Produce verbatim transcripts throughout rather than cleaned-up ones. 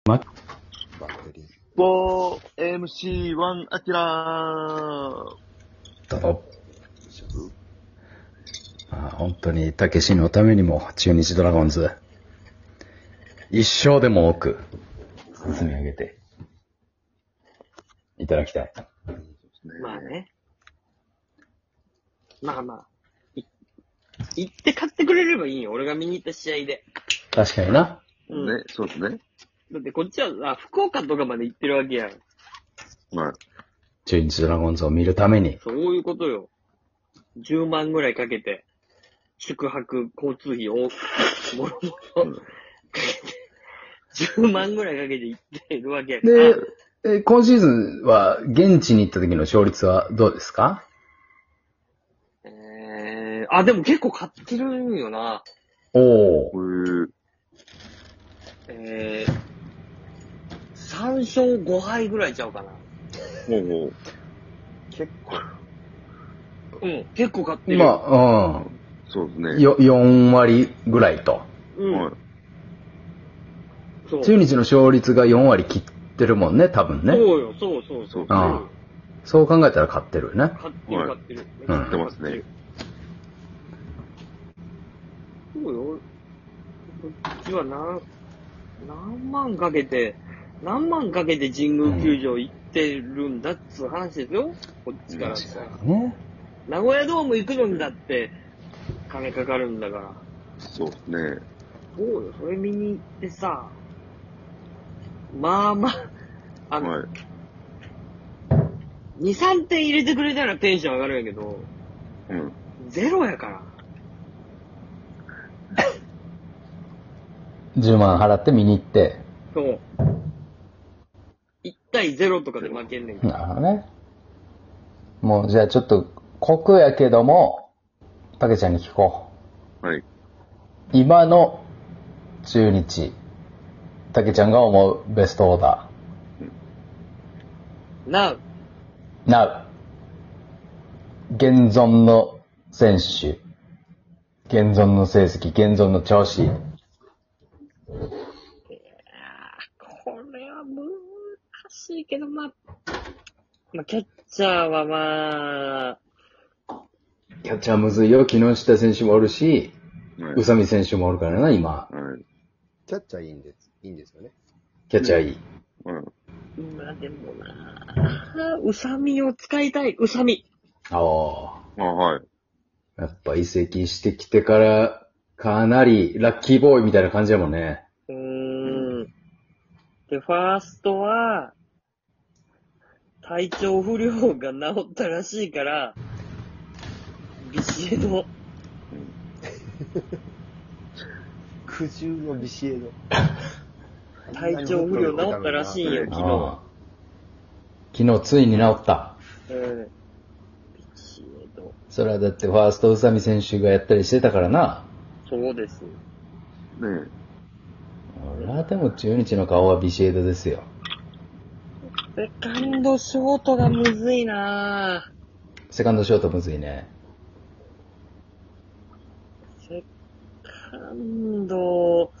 ま、 バッテリー。 フォーエムシーワン アキラー。 どうぞ。ああ、本当に、たけしのためにも、中日ドラゴンズ、一勝でも多く、積み上げて、いただきたい。 まあね。まあまあ。い行って買ってくれればいいよ。俺が見に行った試合で。 確かにな。 うん。 ね、そうですね。 だってこっちはさ、福岡とかまで行ってるわけやん。 まあ、 中日ドラゴンズを見るために。 そういうことよ。じゅうまんぐらいかけて、宿泊、交通費を、もろもろかけて、じゅうまんぐらいかけて行ってるわけやから。 で、え今シーズンは、現地に行った時の勝率はどうですか？ えー、あ、でも結構買ってるんよな。 おこうー。 いう、 えー、さん勝ご敗ぐらいちゃうかな。 もうもう、 結構。 うん、結構買ってる。 まあ、 そうですね。 うん。よ、よん割ぐらいと。 うん。 はい。 そう。 中日の勝率がよん割切ってるもんね、多分ね。 そうよ、そうそうそう。 ああそう考えたら勝ってるよね。 買ってる、買ってる。 うん買ってますね。 そうよ。こっちは何、何万かけて、何万かけて神宮球場行ってるんだっつう話ですよ。こっちからしたら。 ね。 名古屋ドーム行くのにだって、金かかるんだから。 そうですね。 そうよ、それ見に行ってさ、まあまあ、あの、 はい。 に、さんてん入れてくれたらテンション上がるんやけど、 うん。 ゼロやから。 じゅうまん払って見に行って。 そう。いち対ゼロとかで負けんねんけど。 なるほどね。もう、じゃあちょっと、酷やけども、たけちゃんに聞こはい。 う。今の中日、たけちゃんが思うベストオーダなう。 ー。Now。現存の選手。現存の成績、現存の調子。 これは難しいけど、まあ、まあ、キャッチャーはまあ、 キャッチャーむずいよ。木下選手もおるし、 はい。 宇佐美選手もおるからな、今。 はい。 キャッチャーいいんです。いいんですよね。 キャッチャーいい。 はい。 まあでもな、うさみを使いたい、うさみ。 ああ。 あ、はい。 やっぱ移籍してきてから、かなりラッキーボーイみたいな感じだもんね。 うーん。で、ファーストは、体調不良が治ったらしいから、ビシエド。 苦渋のビシエド。 体調不良治ったらしいんよ、昨日。 ああ昨日ついに治った。 うん。ビシエド。 それはだってファースト宇佐美選手がやったりしてたからな。 そうです。 ね俺はでも中日の顔はビシエドですよ。 セカンド、ショートがむずいなぁ。 セカンドショートむずいね。 セカンド、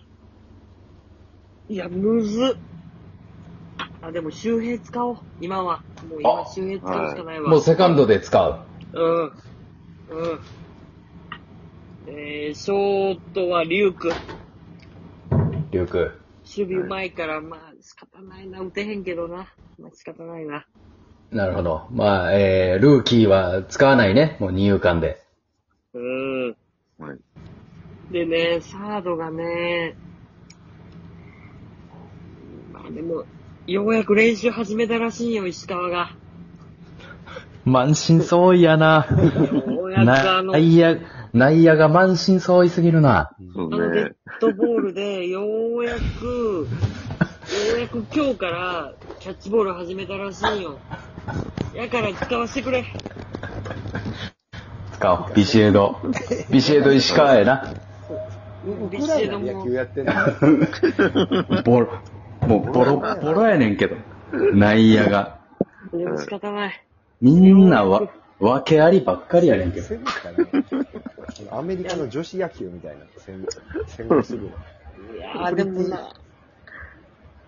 いや、むずっ。あ、でも周平使おう。今は。もう今あ周平使うしかないわ。 もうセカンドで使う。 うん。うん。えー、ショートはリュウク。 リュウク。 守備うまいから、まあ仕方ないな。打てへんけどな。まあ仕方ないな。 なるほど。まあ、えー、ルーキーは使わないね。もう二遊間で。 うん。 はい。 でね、サードがね、まあでも、ようやく練習始めたらしいよ、石川が。 満身創痍やな。 ようやくあの、 内野、内野が満身創痍すぎるな。 そうあのデッね。 ドボールで、ようやく、ようやく今日からキャッチボール始めたらしいよ。やから使わせてくれ。 使おう。ビシエド。ビシエド石川やな。 ウクライナで野球やってんの。 ボロ、もうボロボロやねんけど。内野が。 でも仕方ない。 みんなわ、分けありばっかりやねんけど。 戦後かな。アメリカの女子野球みたいな戦戦後すぐの。 いやーでもな、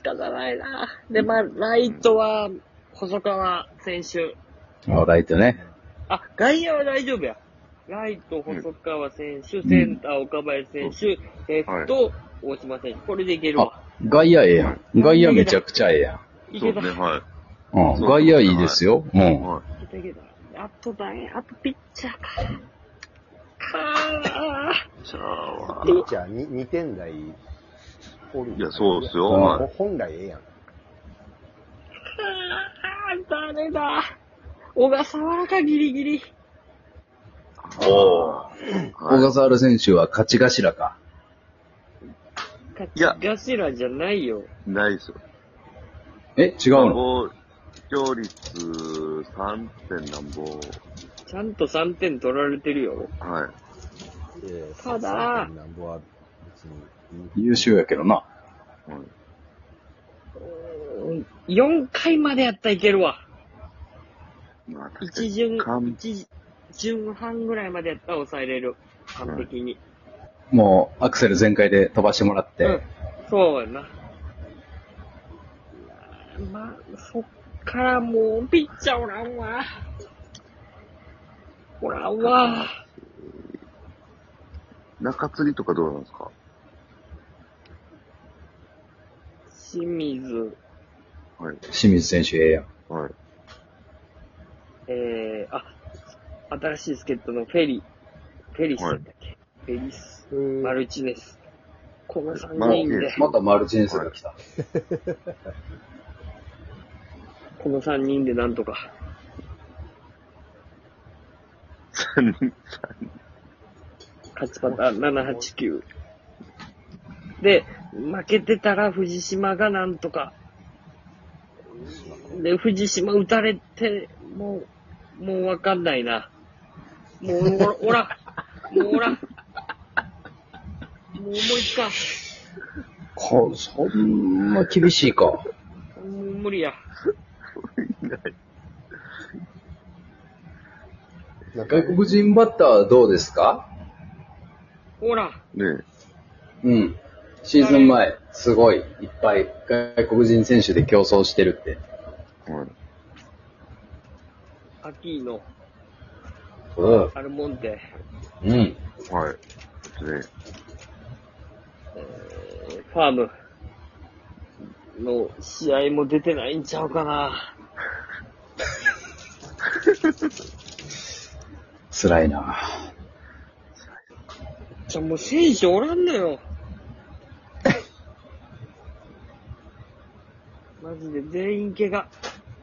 仕方ないな。で、まあ、ライトは、細川選手。 あ、ライトね。 あ、外野は大丈夫や。ライト、細川選手、うん、センター、岡林選手、レフト、大島選手。これでいけるわ。 外野ええやん。外野めちゃくちゃええやん。 いけた。 そうね、はい。 うん、外野いいですよ。うん。 いけたいけた。あとだね、あとピッチャーか。かー。 じゃあ、 ピッチャーににてん台おる。 いや、そうですよ。 はい、本来ええやん。 あー、誰だ。小笠原か、ギリギリ。 おー。小笠原選手は勝ち頭か。 勝ち頭じゃないよ。 ないですよ。 え、違うの？ 勝率さんてんなんぼ。 ちゃんとさんてん取られてるよ。 はい。 ただ、 なんぼは別に優秀やけどな。 うん、よんかいまでやったらいけるわ。 まあ、 一巡、一巡半ぐらいまでやったら抑えれる。完璧に。 もう、アクセル全開で飛ばしてもらって。 うん。そうやな。まあ、そっからもう、ピッチャーおらんわ。おらんわ。 中継ぎとかどうなんですか？ 清水。 はい。 清水選手ええやん。 はい。 えー、あ、新しい助っ人のフェリ、フェリスだったっけ、はい、フェリス、マルチネス。このさんにんで。 またマルチネスが来た。 このさんにんでなんとか。 さんにん、 勝ちパターンななはちきゅう。で、負けてたら藤島がなんとか。で、藤島打たれて、もう、もうわかんないな。もう、おら、もうおら。もう思いつかん。 こ、そんな厳しいか。もう無理や。 外国人バッターはどうですか？ ほら。 ねえ。うん。シーズン前、すごい、いっぱい外国人選手で競争してるって。 はい。 アキーノ。 うん。 アルモンテ。 うん。 はい。ねえー、ファームの試合も出てないんちゃうかな。 辛いな。 じゃあもう選手おらんのよ。マジで全員怪我。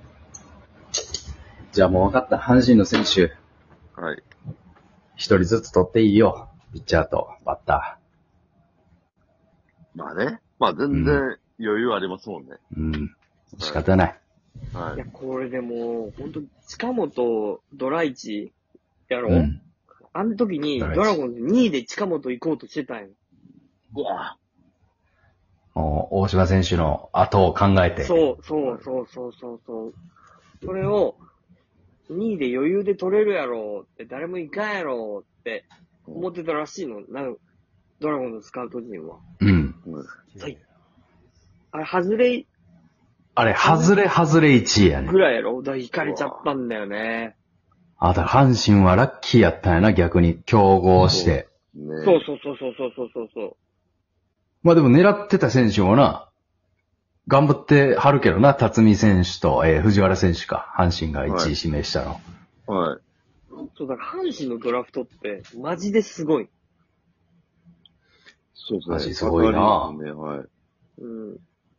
じゃあもう分かった。阪神の選手。 はい。 一人ずつ取っていいよ。ピッチャーとバッター。まあね。まあ全然余裕ありますもんね。 うん。うん、仕方ない。 はい。 いや、これでも、ほんと、近本、ドライチ、やろ、うん、あの時に、ドラゴンズにいで近本行こうとしてたんよ。 うわ大島選手の後を考えて。 そう、そうそうそうそうそう。それを、にいで余裕で取れるやろって、誰も行かんやろって思ってたらしいの。なんかドラゴンのスカウト陣は。 うん。 はい。あれ、外れ、 あれ、外れ外れいちいやね。 ぐらいやろ？だから行かれちゃったんだよね。 あ、だから阪神はラッキーやったんやな、逆に。競合して。 そう、ね、そうそうそうそうそうそうそう。 まあでも狙ってた選手もな、頑張ってはるけどな、辰巳選手と、えー、藤原選手か、阪神がいちい指名したの。 はい。はい、 そう、だから阪神のドラフトって、マジですごい。 そうですね。 マジすごいな、 ね、はい。 うん。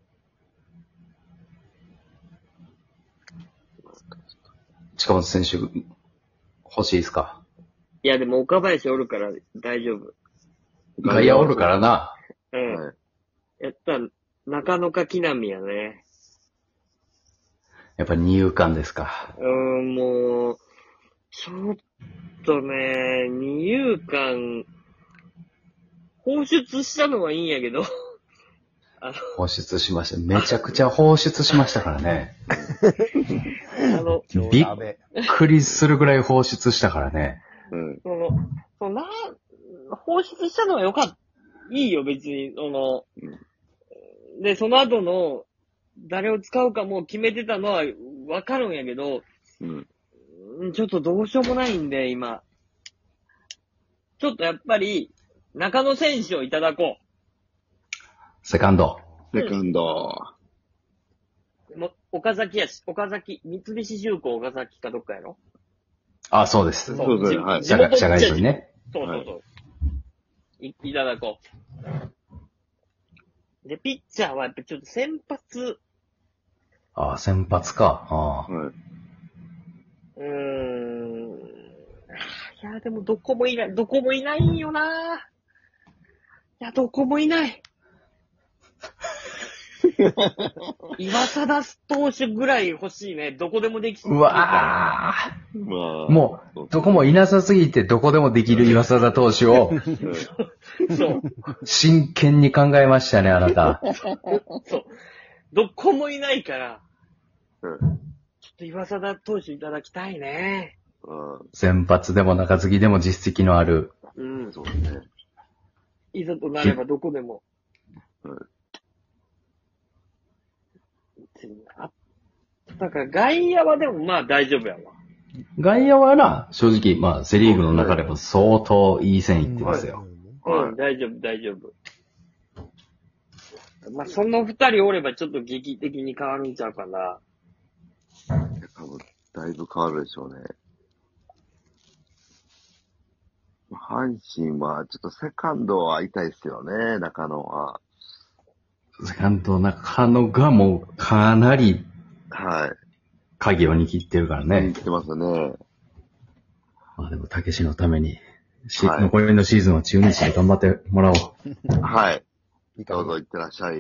近本選手、欲しいですか？ いや、でも岡林おるから大丈夫。 外野おるからな。 うん。はい、やったら、中野か木浪やね。 やっぱり二遊間ですか。 うーん、もう、ちょっとね、二遊間、放出したのはいいんやけど。 あの放出しました。めちゃくちゃ放出しましたからね。 あの、 びっくりするぐらい放出したからね。 うん。その、そのな、放出したのはよかった。いいよ、別に、その、うん、で、その後の誰を使うかもう決めてたのはわかるんやけど、 うん。 うんちょっとどうしようもないんで、今。ちょっとやっぱり、中野選手をいただこセカンド。 セカンド。 う。も岡崎やし、岡崎、三菱重工岡崎かどっかやろあ、そうです。 そうですねはい社会、社会人ね。 そうそうそう。い、いただこう。で、ピッチャーはやっぱちょっと先発、 あ、先発か。あはい。 うーん。いや、でもどこもいない、どこもいないんよな。いや、どこもいない。岩貞投手ぐらい欲しいね。どこでもできうわー。 まあ。 もう、どこもいなさすぎてどこでもできる岩貞投手をそう。 真剣に考えましたね、あなた。 そう。どこもいないから、 うん。 ちょっと岩貞投手いただきたいね。 うん。 先発でも中継ぎでも実績のある。 うん。 そうですね。 いざとなればどこでも。 うん。 あだから外野はでもまあ大丈夫やわ。 外野はな、正直、まあ、セリーグの中でも相当いい線いってますよ。 はいうん、大丈夫、大丈夫。まあ、その二人おればちょっと劇的に変わるんちゃうかな。 多分、だいぶ変わるでしょうね。阪神は、ちょっとセカンドは痛いですよね、中野は。 セカンド中野がもうかなりはい。 鍵を握ってるから言っね。 てますね。 まあでも、たけしのために、しはい残りのシーズンは中日で頑張ってもらおう。 はい。 いいかなどうぞ行ってらっしゃい。